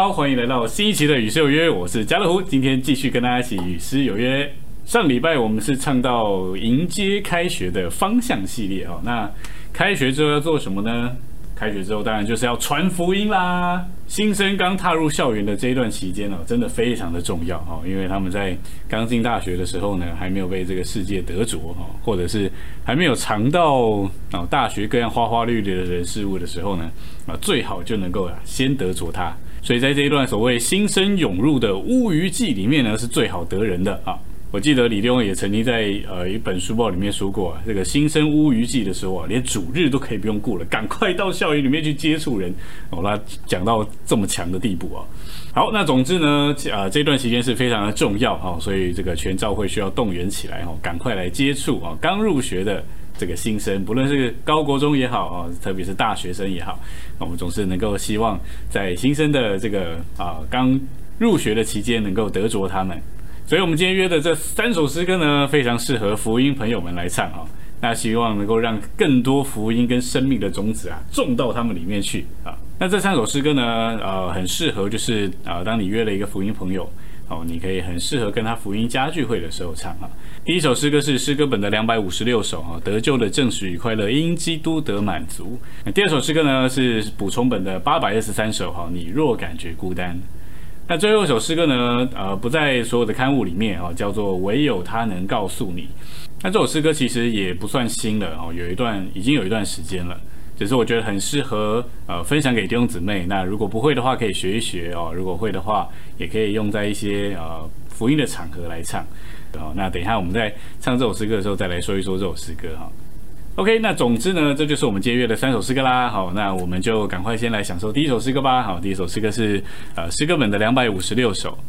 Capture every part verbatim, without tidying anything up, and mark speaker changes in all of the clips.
Speaker 1: 好，欢迎来到新一期的与诗有约，我是家乐福，今天继续跟大家一起与诗有约。上礼拜我们是唱到迎接开学的方向系列哦，那开学之后要做什么呢？开学之后当然就是要传福音啦。新生刚踏入校园的这一段期间哦，真的非常的重要哦，因为他们在刚进大学的时候呢，还没有被这个世界得着哦，或者是还没有尝到哦大学各样花花绿绿的人事物的时候呢，啊最好就能够啊先得着它。所以在这一段所谓新生涌入的乌鱼记里面呢，是最好得人的啊。我记得李立翁也曾经在呃一本书报里面说过啊，这个新生乌鱼记的时候啊，连主日都可以不用顾了，赶快到校园里面去接触人。哦，他讲到这么强的地步啊。好，那总之呢，呃，这段期间是非常的重要哈、哦，所以这个全教会需要动员起来哈、哦，赶快来接触啊、哦，刚入学的这个新生，不论是高国中也好啊、哦，特别是大学生也好，我们总是能够希望在新生的这个啊刚入学的期间能够得着他们。所以我们今天约的这三首诗歌呢，非常适合福音朋友们来唱啊。那希望能够让更多福音跟生命的种子啊，种到他们里面去啊。那这三首诗歌呢，呃，很适合就是啊，当你约了一个福音朋友，哦，你可以很适合跟他福音家聚会的时候唱啊。第一首诗歌是诗歌本的两百五十六首啊，得救的正实与快乐，因基督得满足。那第二首诗歌呢是补充本的八百二十三首哈，你若感觉孤单。那最后一首诗歌呢，呃，不在所有的刊物里面哦，叫做唯有他能告诉你。那这首诗歌其实也不算新了哦，有一段已经有一段时间了，只是我觉得很适合呃分享给弟兄姊妹。那如果不会的话，可以学一学哦；如果会的话，也可以用在一些呃福音的场合来唱。哦，那等一下我们在唱这首诗歌的时候，再来说一说这首诗歌哈。OK， 那总之呢，这就是我们今天约的三首诗歌啦。好，那我们就赶快先来享受第一首诗歌吧。好，第一首诗歌是呃诗歌本的两百五十六首。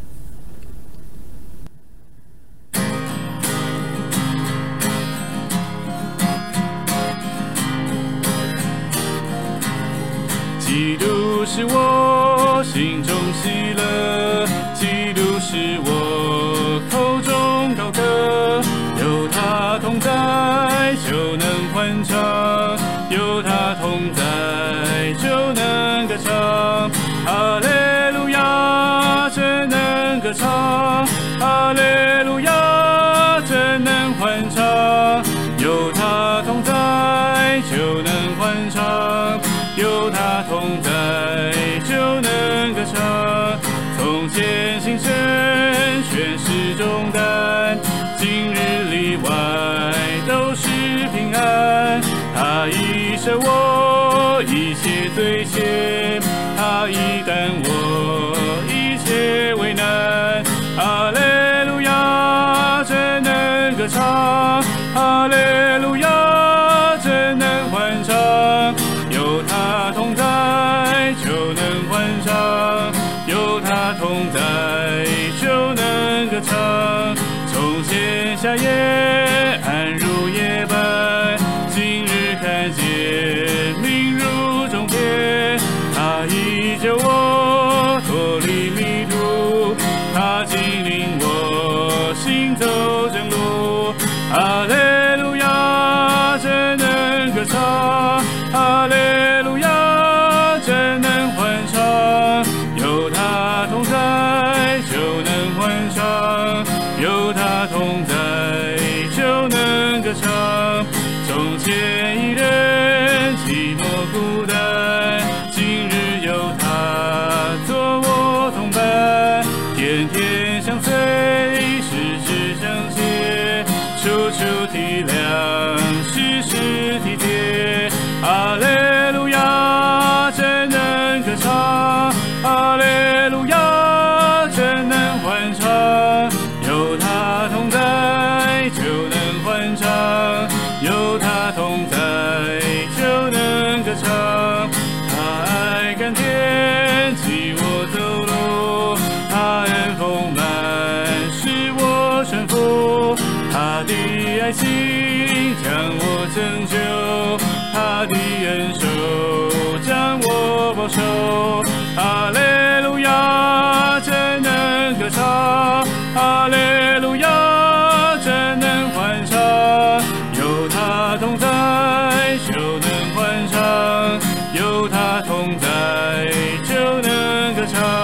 Speaker 1: 基督是我心中喜乐，基督是我口中高歌，有他同在就能欢唱，有他同在就能歌唱，哈利路亚真能歌唱，哈利路亚真能欢唱，有他同在就能欢唱，有他同在就能歌唱。从前心深全是重担，今日里外都是平安。他已舍我一切罪愆，他已担我一切为难。哈利路亚真能歌唱，哈利路亚真能欢唱，有他同在就能欢唱，有他同在就能歌唱。从前夏夜安如夜半，今日看见明如中天。他已救我脱离迷途，他引领我行走正路。哈利路亚真能歌唱，哈利路亚真能欢唱，有他同在就能欢唱，有他同在就能歌唱。从前一人寂寞孤单，今日有他做我同伴，天天相随，时时相携，处处体谅，时时体贴。哈利路亚真能歌唱，哈利路亚真能欢唱，有他同在就能欢唱，有他同在就能歌唱。他爱甘甜激我走路，他恩丰满使我顺服，他的爱心将我拯救，他的恩手将我保守。哈利路亚真能歌唱，哈利路亚真能欢唱，有他同在就能欢唱，有他同在就能歌唱。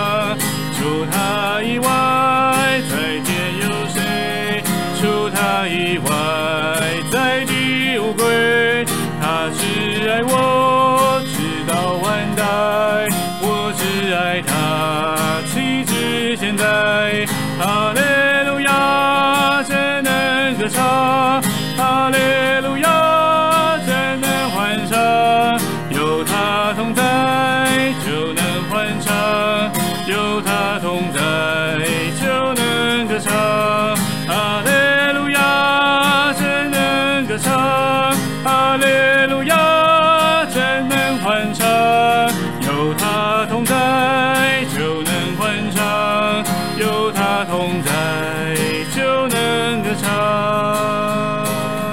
Speaker 1: 哈利路亚，真能欢唱，有他同在就能欢唱，有他同在就能歌唱。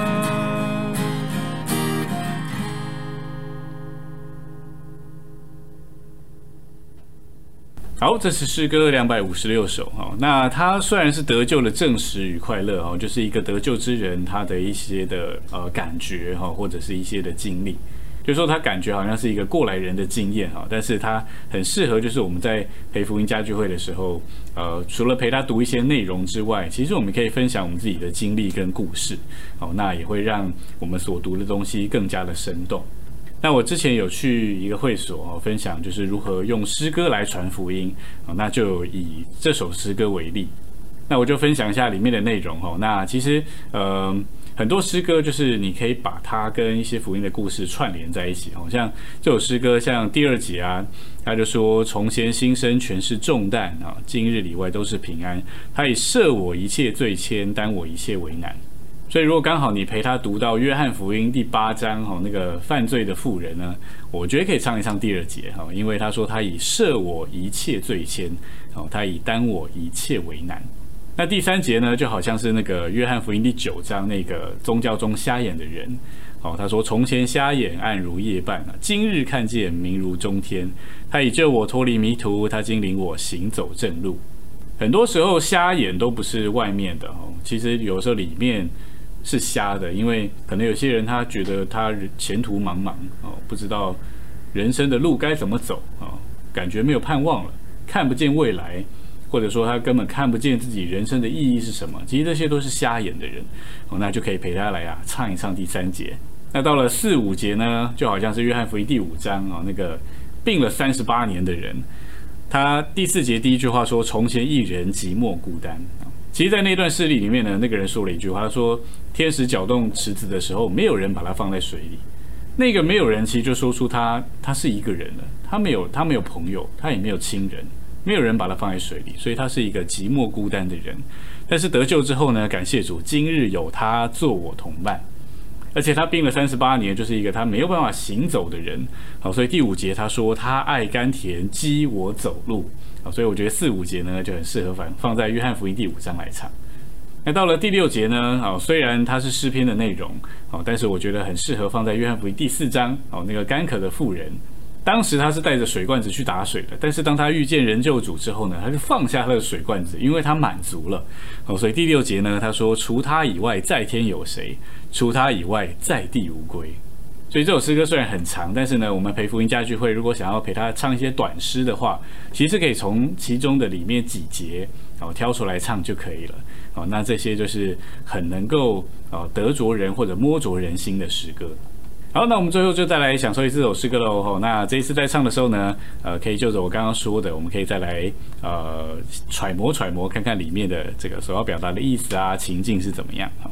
Speaker 1: 好，这是诗歌两百五十六首哈。那它虽然是得救的证实与快乐哈，就是一个得救之人他的一些的呃感觉哈，或者是一些的经历，就是说他感觉好像是一个过来人的经验哈，但是他很适合就是我们在陪福音家聚会的时候，呃，除了陪他读一些内容之外，其实我们可以分享我们自己的经历跟故事，哦，那也会让我们所读的东西更加的生动。那我之前有去一个会所分享，就是如何用诗歌来传福音，那就以这首诗歌为例，那我就分享一下里面的内容。那其实呃很多诗歌就是你可以把它跟一些福音的故事串联在一起，像这首诗歌，像第二节啊，他就说从前心生全是重担啊，今日里外都是平安，他以赦我一切罪愆，担我一切为难。所以如果刚好你陪他读到约翰福音第八章那个犯罪的妇人呢，我觉得可以唱一唱第二节，因为他说他以赦我一切罪愆，他以担我一切为难。那第三节呢，就好像是那个约翰福音第九章那个宗教中瞎眼的人，他说从前瞎眼暗如夜半，今日看见明如中天，他已救我脱离迷途，他今领我行走正路。很多时候瞎眼都不是外面的，其实有时候里面是瞎的，因为可能有些人他觉得他前途茫茫哦，不知道人生的路该怎么走哦，感觉没有盼望了，看不见未来，或者说他根本看不见自己人生的意义是什么。其实这些都是瞎眼的人哦，那就可以陪他来啊唱一唱第三节。那到了四五节呢，就好像是约翰福音第五章啊，那个病了三十八年的人，他第四节第一句话说：“从前一人寂寞孤单。”其实，在那段事例里面呢，那个人说了一句话，他说：“天使搅动池子的时候，没有人把他放在水里。”那个没有人，其实就说出他他是一个人了，他没有他没有朋友，他也没有亲人，没有人把他放在水里，所以他是一个寂寞孤单的人。但是得救之后呢，感谢主，今日有他做我同伴。而且他病了三十八年，就是一个他没有办法行走的人。好，所以第五节他说他爱甘甜，激我走路。好，所以我觉得四五节呢就很适合放放在约翰福音第五章来唱。那到了第六节呢，好，虽然它是诗篇的内容，好，但是我觉得很适合放在约翰福音第四章。好，那个干渴的妇人，当时他是带着水罐子去打水的，但是当他遇见人救主之后呢，他就放下他的水罐子，因为他满足了。好，所以第六节呢，他说：“除他以外，在天有谁？除他以外，在地无归。”所以这首诗歌虽然很长，但是呢，我们陪福音家聚会如果想要陪他唱一些短诗的话，其实可以从其中的里面几节哦挑出来唱就可以了。哦，那这些就是很能够哦得着人或者摸着人心的诗歌。好，那我们最后就再来享受一次这首诗歌喽。那这一次在唱的时候呢，呃，可以就着我刚刚说的，我们可以再来呃揣摩揣摩，看看里面的这个所要表达的意思啊，情境是怎么样。好。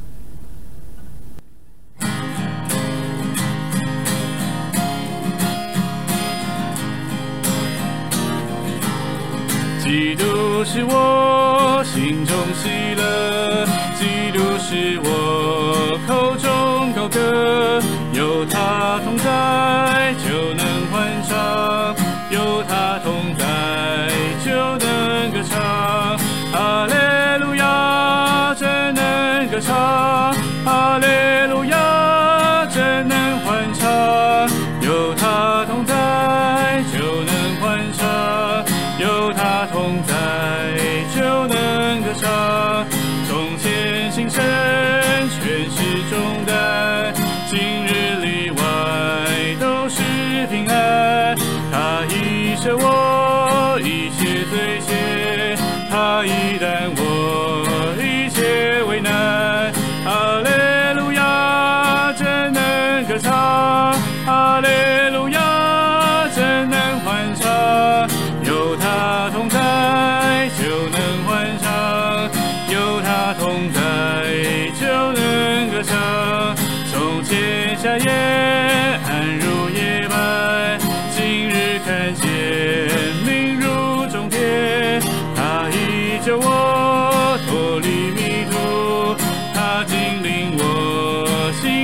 Speaker 1: 基督是我心中喜乐，基督是我口中高歌，有他同在就能欢唱，有他同在就能歌唱，哈利路亚真能歌唱，哈利路亚真能欢唱，有他同在就能欢唱，有他同在就能歌唱，从前心生全是重担，今日里外都是平安，他已赦我一切罪愆，他已担我一切为难，哈利路亚真能歌唱，哈利路亚真能欢唱，有他同在就能欢唱，有他同在就能歌唱，从前瞎眼暗如夜半，今日看见明如中天，他已救我脱离迷途，他今领我行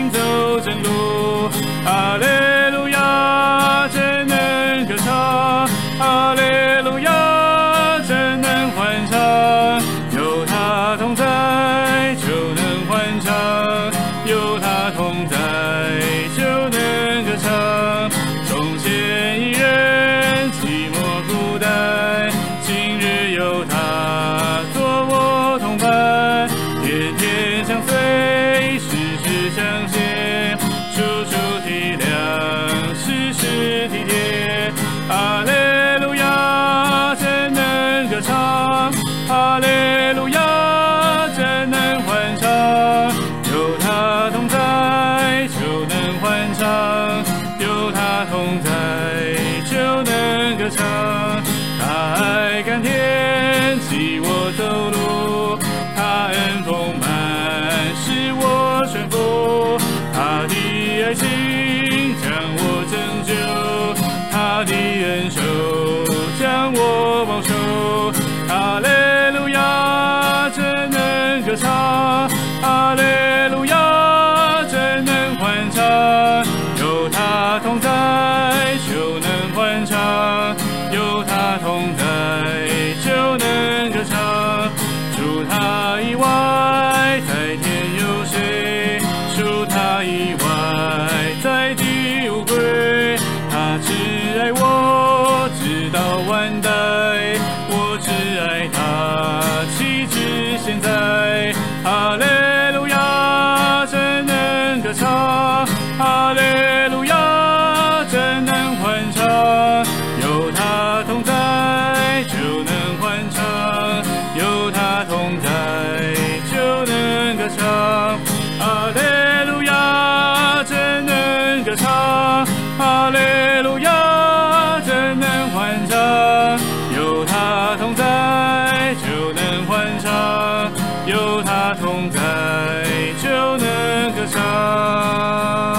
Speaker 1: 行走正路。哈利路亚，真能歌唱。哈利路亚，真能欢唱。有他同在，就能欢唱。有他同在，就能歌唱。从前一人寂寞孤单，今日有他做我同伴，天天相随，时时相携，处处体谅，时时体贴。哈利路亚，真能歌唱。哈利路亚，真能欢唱。有他同在，就能欢唱。有他同在，就能歌唱。他爱甘甜，骑我走路。他恩丰满，使我顺服。他的爱情将我拯救，他的恩手将我保守。哈利路亚，真能歌唱。哈利路亚，真能欢唱。有他同在，就能欢唱。有他同在，就能歌唱。除他以外，在天有谁？除他以外，在地无归。他只爱我，直到万代。我只爱他，岂止现在。哈利路亚，真能歌唱。哈利路亚，真能欢唱。有他同在，就能欢唱。有他同在，就能歌唱。哈利路亚，真能歌唱。哈利路亚，真能欢唱。有他同在，就能欢唱。有他同在，就能歌唱。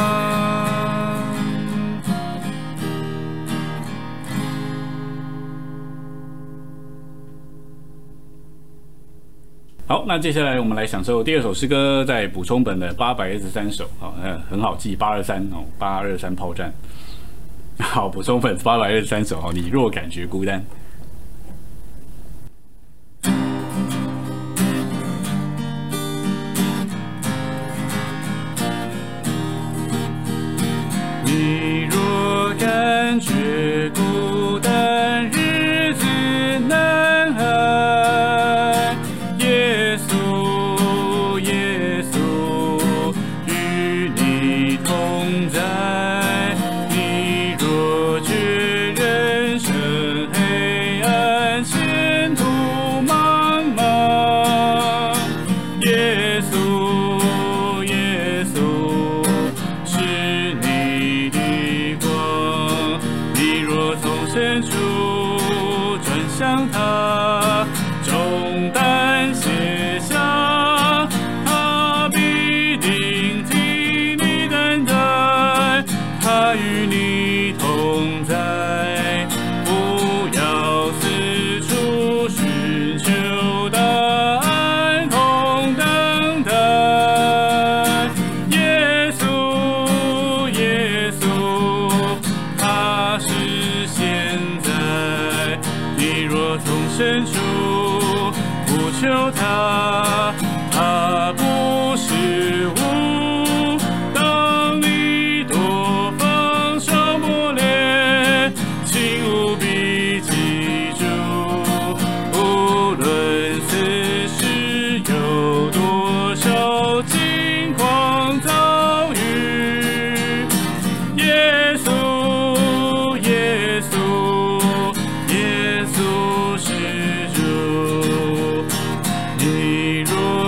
Speaker 1: 好，那接下来我们来享受第二首诗歌，在补充本的八百二十三首，好，呃，很好记，八二三哦，八二三炮战。好，补充本八百二十三首，哦，你若感觉孤单。你若感觉孤单，日子难挨，耶稣，耶稣与你同在。你若觉人生黑暗，前途茫茫，耶稣，耶稣是你的光。你若从深处转向他，重担卸下，他必定替你等待。他与你同在，不要四处寻求答案，空等待。耶稣，耶稣，他是现在。你若从深处不求他，他不是无。当你多方受磨练，请务必记住，无论此时有多少境况遭遇，耶稣，耶稣，耶稣是主。你若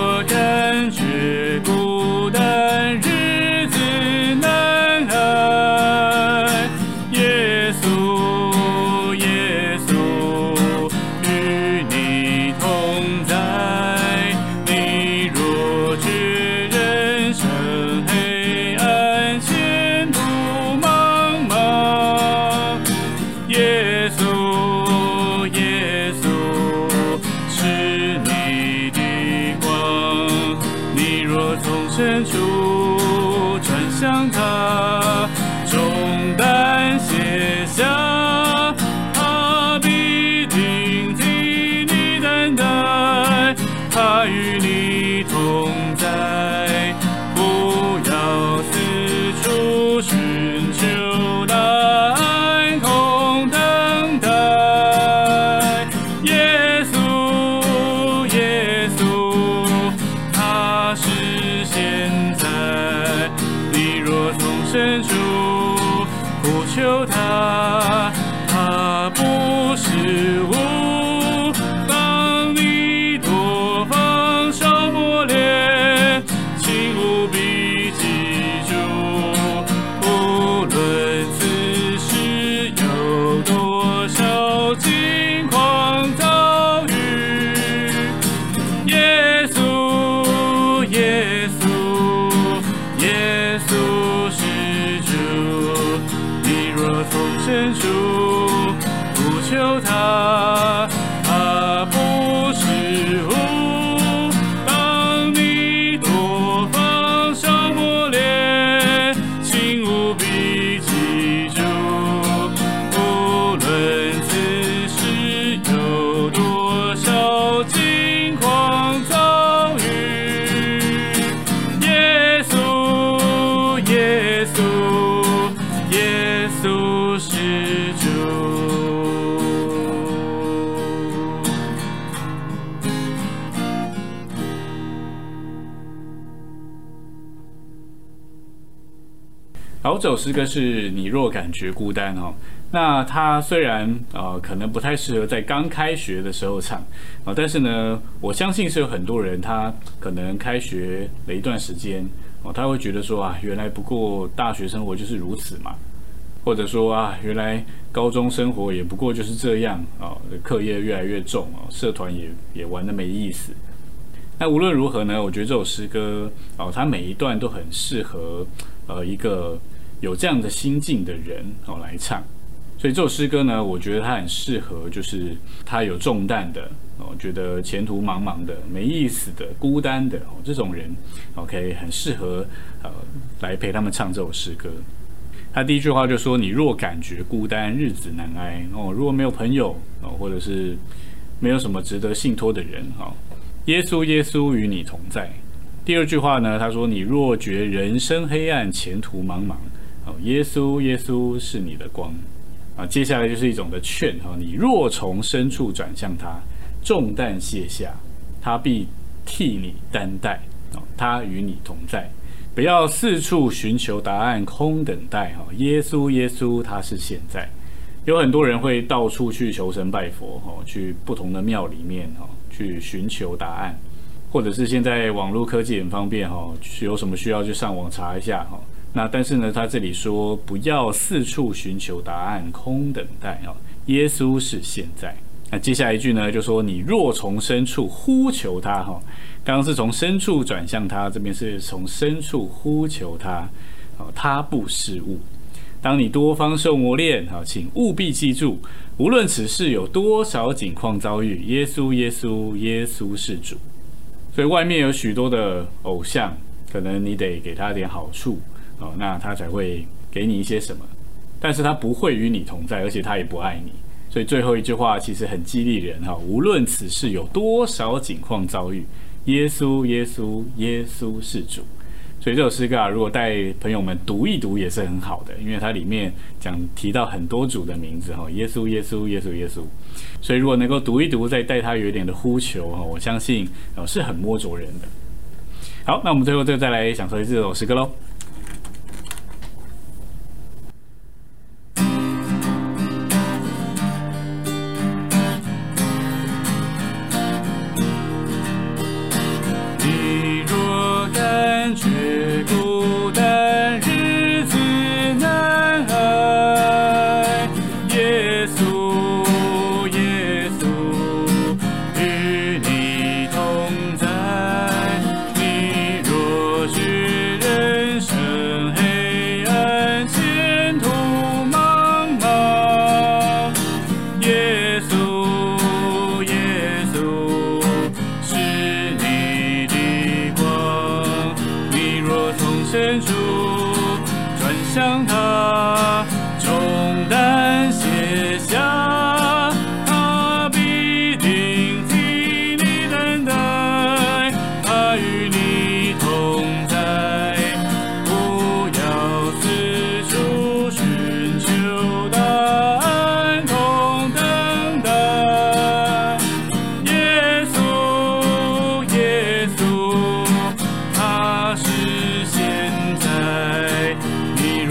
Speaker 1: 深处呼求他，他不是无。当你多方受磨练，请务必记住，无论此时有多少境况遭遇，耶稣，耶稣，耶稣是主。你若从深处呼求他，他不是无。当你多方受磨练，请务必记住，无论此时有多少境况遭遇，耶稣，耶稣，耶稣是主。好，这首诗歌是你若感觉孤单哦。那它虽然呃可能不太适合在刚开学的时候唱啊，但是呢，我相信是有很多人他可能开学了一段时间哦，他会觉得说啊，原来不过大学生活就是如此嘛，或者说啊，原来高中生活也不过就是这样啊，课业越来越重啊，社团也也玩得没意思。那无论如何呢，我觉得这首诗歌哦，它每一段都很适合呃一个有这样的心境的人哦来唱。所以这首诗歌呢，我觉得它很适合，就是他有重担的哦，觉得前途茫茫的、没意思的、孤单的哦，这种人 ，OK， 很适合呃来陪他们唱这首诗歌。他第一句话就说：“你若感觉孤单，日子难挨哦，如果没有朋友哦，或者是没有什么值得信托的人哦，耶稣耶稣与你同在。”第二句话呢，他说：“你若觉人生黑暗，前途茫茫哦，耶稣耶稣是你的光。”啊，接下来就是一种的劝哈，你若从深处转向他，重担卸下，他必替你担待，他与你同在。不要四处寻求答案，空等待哈，耶稣耶稣他是现在。有很多人会到处去求神拜佛哈，去不同的庙里面哈，去寻求答案，或者是现在网络科技很方便哈，有什么需要就上网查一下哈。那但是呢，他这里说不要四处寻求答案，空等待啊，耶稣是现在。那接下来一句呢，就说你若从深处呼求他哈，刚刚是从深处转向他，这边是从深处呼求他，他不是物。当你多方受磨练哈，请务必记住，无论此事有多少境况遭遇，耶稣耶稣耶稣是主。所以外面有许多的偶像，可能你得给他点好处。哦，那他才会给你一些什么，但是他不会与你同在，而且他也不爱你。所以最后一句话其实很激励人哈，无论此事有多少境况遭遇，耶稣耶稣耶稣是主。所以这首诗歌啊，如果带朋友们读一读也是很好的，因为它里面讲提到很多主的名字哈，耶稣耶稣耶稣耶稣。所以如果能够读一读，再带他有一点的呼求哈，我相信哦是很摸着人的。好，那我们最后就再来享受这首诗歌喽。深处转向他，重担卸下，他必定替你等待，他与你同在。不要四处寻求答案，同等待。耶稣，耶稣，他是现在。你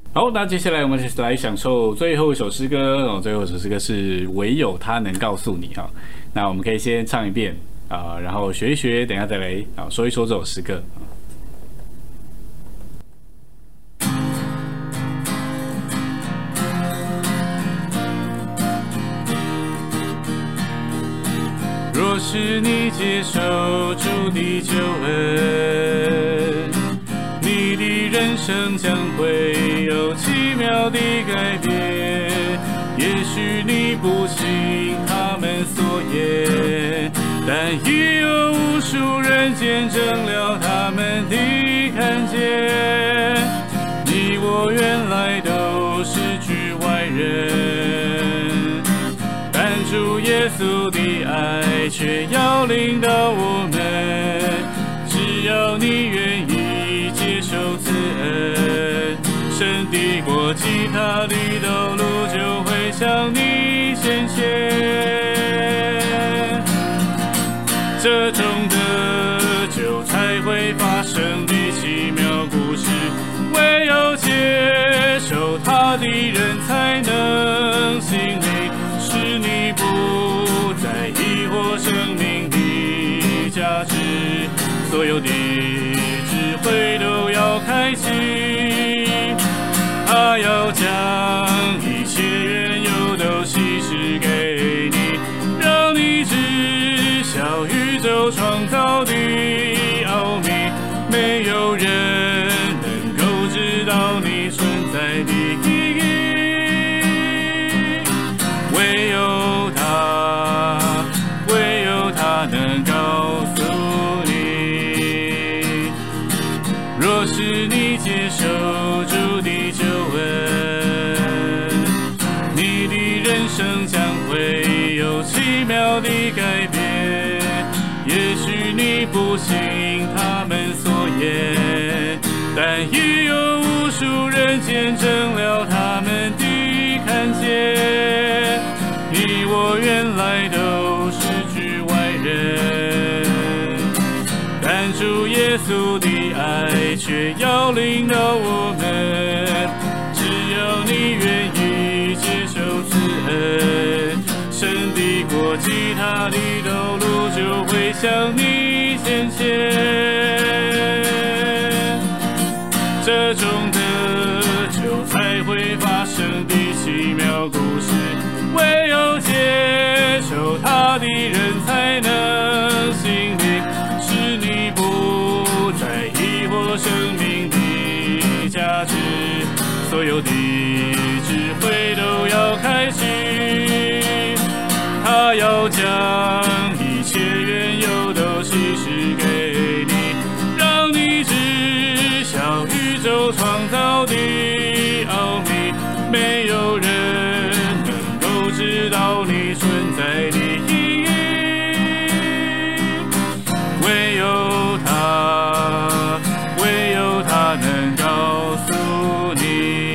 Speaker 1: 好，那接下来我们来享受最后一首诗歌哦。最后一首诗歌是唯有他能告诉你哈。那我们可以先唱一遍啊、呃，然后学一学，等一下再来啊说一说这首诗歌。
Speaker 2: 若是你接受主的救恩，你的人生将会有奇妙的改变。也许你不信他们所言，但已有无数人见证了他们的看见。你我原来都是局外人，但主耶稣的爱却要领导我们。只要你愿意接受此恩，神的国及他的道路就会向你显现。这种得救才会发生的奇妙故事，唯有接受他的人才能心里，使你不再疑惑生命的价值，所有的智慧都要开启。他要将一切原有都稀释给你，让你知晓宇宙创造的奥秘。没有人能够知道你存在的意义，唯有他，唯有他能告诉你。若是你接受主的救恩，你的人生将会有奇妙的改变。也许你不信他们所言，但已有无数人见证了他们的看见。你我原来都是局外人，但主耶稣的爱却要领导我们。只要你愿意接受此恩，神的国及他的道路就会向你显现。这种得救才会发生的奇妙故事，唯有接受他的人才能心领，使你不再疑惑生命的价值，所有的智慧都要开启。他要将一切原有都稀释给你，让你知晓宇宙创造的奥秘。没有人能够知道你存在的意义，唯有他，唯有他能告诉你。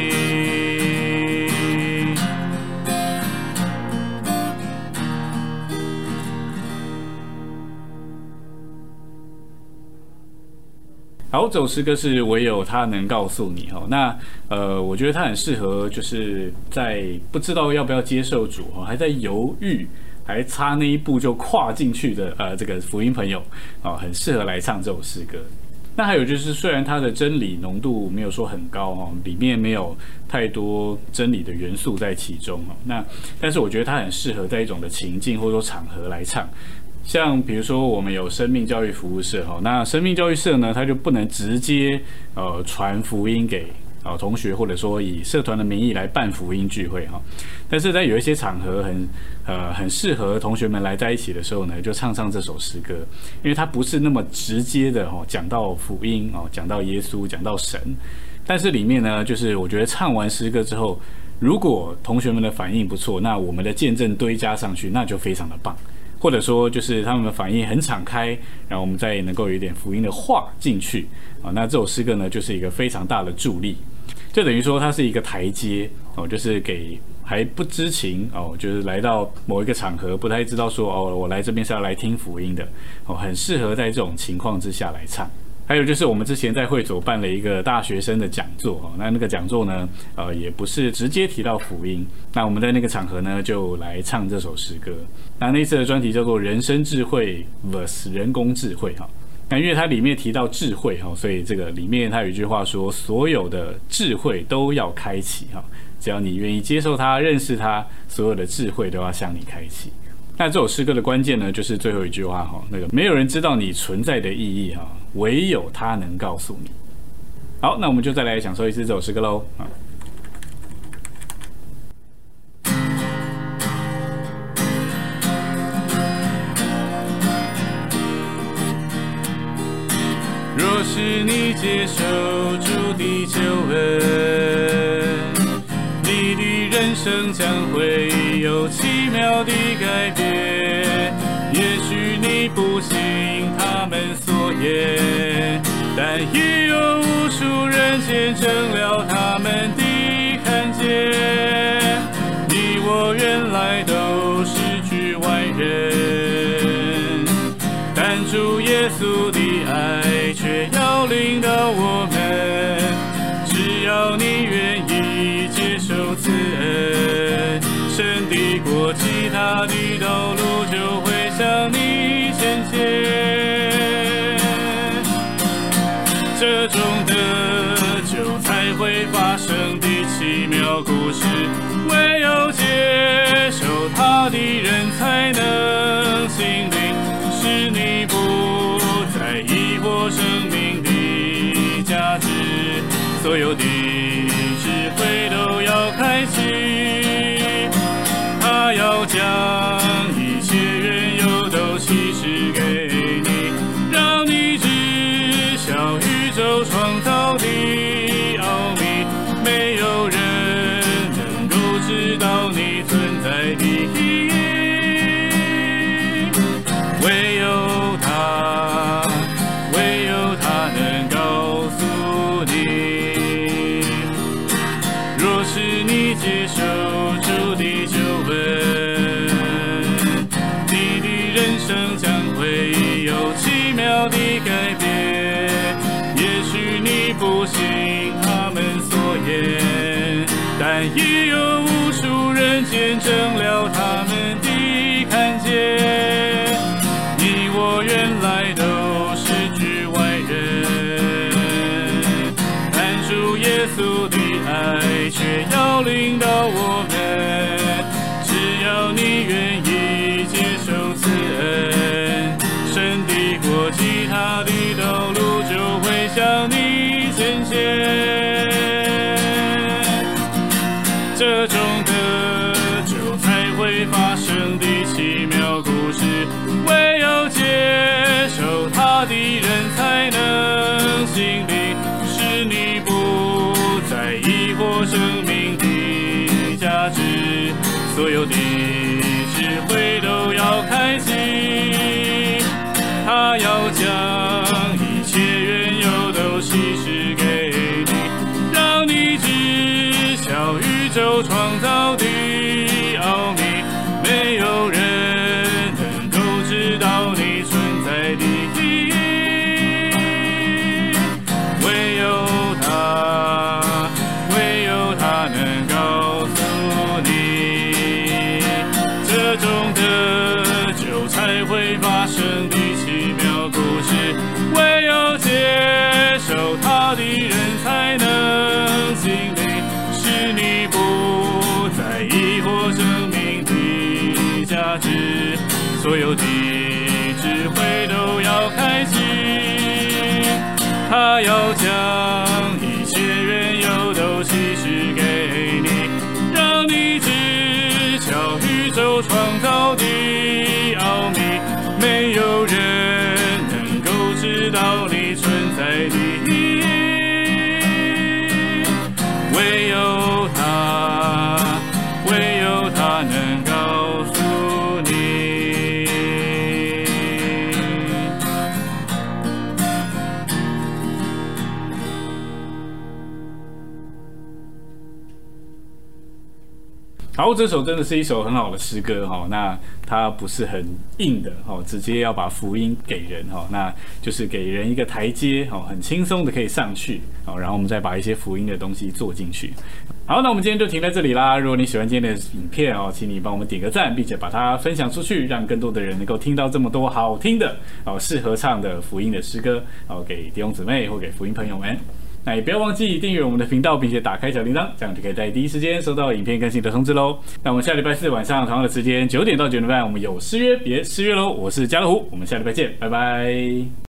Speaker 1: 好，这首诗歌是唯有他能告诉你哈。那呃，我觉得它很适合，就是在不知道要不要接受主哈，还在犹豫，还差那一步就跨进去的呃这个福音朋友啊，很适合来唱这首诗歌。那还有就是，虽然它的真理浓度没有说很高哈，里面没有太多真理的元素在其中哈，那但是我觉得它很适合在一种的情境或者说场合来唱。像比如说我们有生命教育服务社哈，那生命教育社呢，它就不能直接呃传福音给啊同学，或者说以社团的名义来办福音聚会哈。但是在有一些场合很呃很适合同学们来在一起的时候呢，就唱唱这首诗歌，因为它不是那么直接的哈讲到福音哦，讲到耶稣，讲到神，但是里面呢，就是我觉得唱完诗歌之后，如果同学们的反应不错，那我们的见证堆加上去，那就非常的棒。或者说就是他们的反应很敞开，然后我们再能够有一点福音的话进去啊，那这首诗歌呢就是一个非常大的助力，就等于说它是一个台阶哦，就是给还不知情哦，就是来到某一个场合不太知道说哦，我来这边是要来听福音的哦，很适合在这种情况之下来唱。 还有就是我们之前在会所办了一个大学生的讲座，那那个讲座呢，呃，也不是直接提到福音，那我们在那个场合呢，就来唱这首诗歌。那那次的专题叫做人生智慧 vs 人工智慧哈。那因为它里面提到智慧哈，所以这个里面它有一句话说，所有的智慧都要开启哈，只要你愿意接受它、认识它，所有的智慧都要向你开启。那这首诗歌的关键呢，就是最后一句话哈，那个没有人知道你存在的意义哈，唯有他能告诉你。好，那我们就再来享受一次这首诗歌喽啊。
Speaker 2: 若是你接受主的救恩，你的人生将会有奇妙的改变。也许你不信他们所言，但已有无数人见证了他们的看见。你我原来都是局外人，但主耶稣的爱却要领导我们。只要你愿意接受此恩，神的国其他的道路就会向你显现。这种得救才会发生的奇妙故事，唯有接受他的人才能心灵，使你不再疑惑生命的价值，所有的智慧都要开启。他要将一切缘由都启示给你，让你知晓宇宙创造的奥秘。没有人能够知道你存在的意义，唯有他，唯有他能告诉你。若是你接受主的救恩，你的人生将会有奇妙的改变。也许你不信他们所言，但已有无数人见证了他们的看见。你我原来都是局外人，但主耶稣的爱却要领导我们。只要你愿意接受此恩，神的国其他的道路就会向你显现。这种得救才会发生的奇妙故事，唯有接受他的人才能心领，使你不再疑惑生命的价值，所有的智慧都要开启。他要将一切缘由都启示给你，让你知晓宇宙创造的奥秘。没有人能够知道你存在的意义，唯有他，唯有他能告诉你。这种得救才会发生的奇妙故事，唯有接受他的人才能经历，使你不再疑惑生命的价值，所有的智慧都要开启。他要将一切缘由都启示给你，让你知晓宇宙创造的奥秘。没有人能够知道你存在的意义，唯有他，唯有他能告诉你。
Speaker 1: 好，这首真的是一首很好的诗歌哈，那它不是很硬的哈，直接要把福音给人哈，那就是给人一个台阶哈，很轻松的可以上去好，然后我们再把一些福音的东西做进去。好，那我们今天就停在这里啦。如果你喜欢今天的影片哦，请你帮我们点个赞，并且把它分享出去，让更多的人能够听到这么多好听的哦适合唱的福音的诗歌哦，给弟兄姊妹或给福音朋友们。那也不要忘记订阅我们的频道，并且打开小铃铛，这样就可以在第一时间收到影片更新的通知喽。那我们下礼拜四晚上同样的时间九点到九点半，我们有失约别失约喽。我是家乐虎，我们下礼拜见，拜拜。